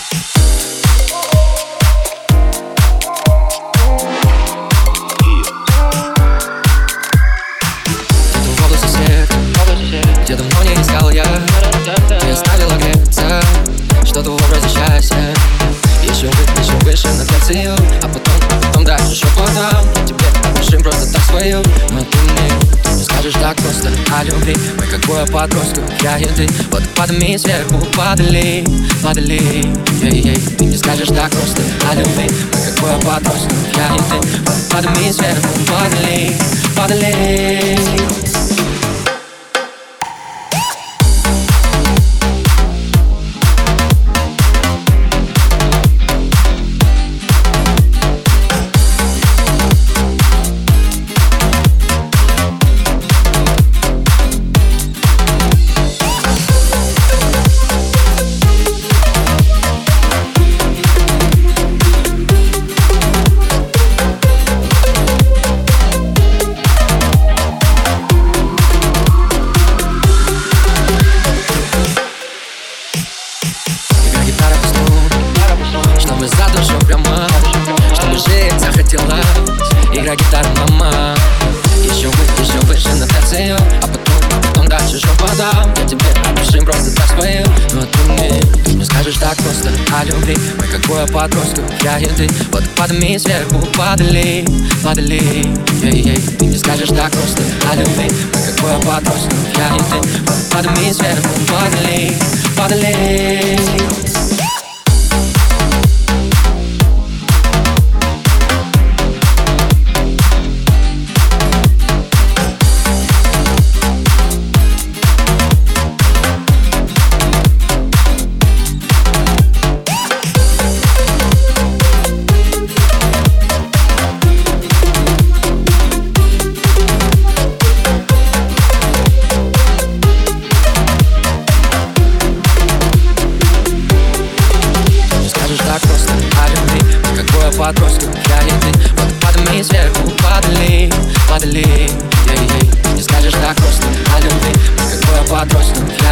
Где давно не искал я, ты оставила греться что-то в образе счастья. Еще выше над целью, а потом дальше шепотом. Тебе напишем просто так свою, но ты мне не скажешь так просто о любви. Мы как двое подростков, я и ты, водопадами сверху падали. Ты не скажешь так просто о любви. Мы как двое подростков, я и ты, водопадами сверху падали. Чтобы за душу прямо, чтобы жить захотелось. Игра гитара, мама. Еще выше над целью, а потом дальше шепотом. Я тебе опишем просто так свою, но ты мне скажешь так просто о любви. Мы как двое подростков, я и ты, водопадами сверху падали. Ты не скажешь так просто о любви. Мы как двое подростков, я и ты, водопадами сверху падали. Подростков, я и ты, водопадами сверху падали. Не скажешь так просто о любви. Мы как двое подростков,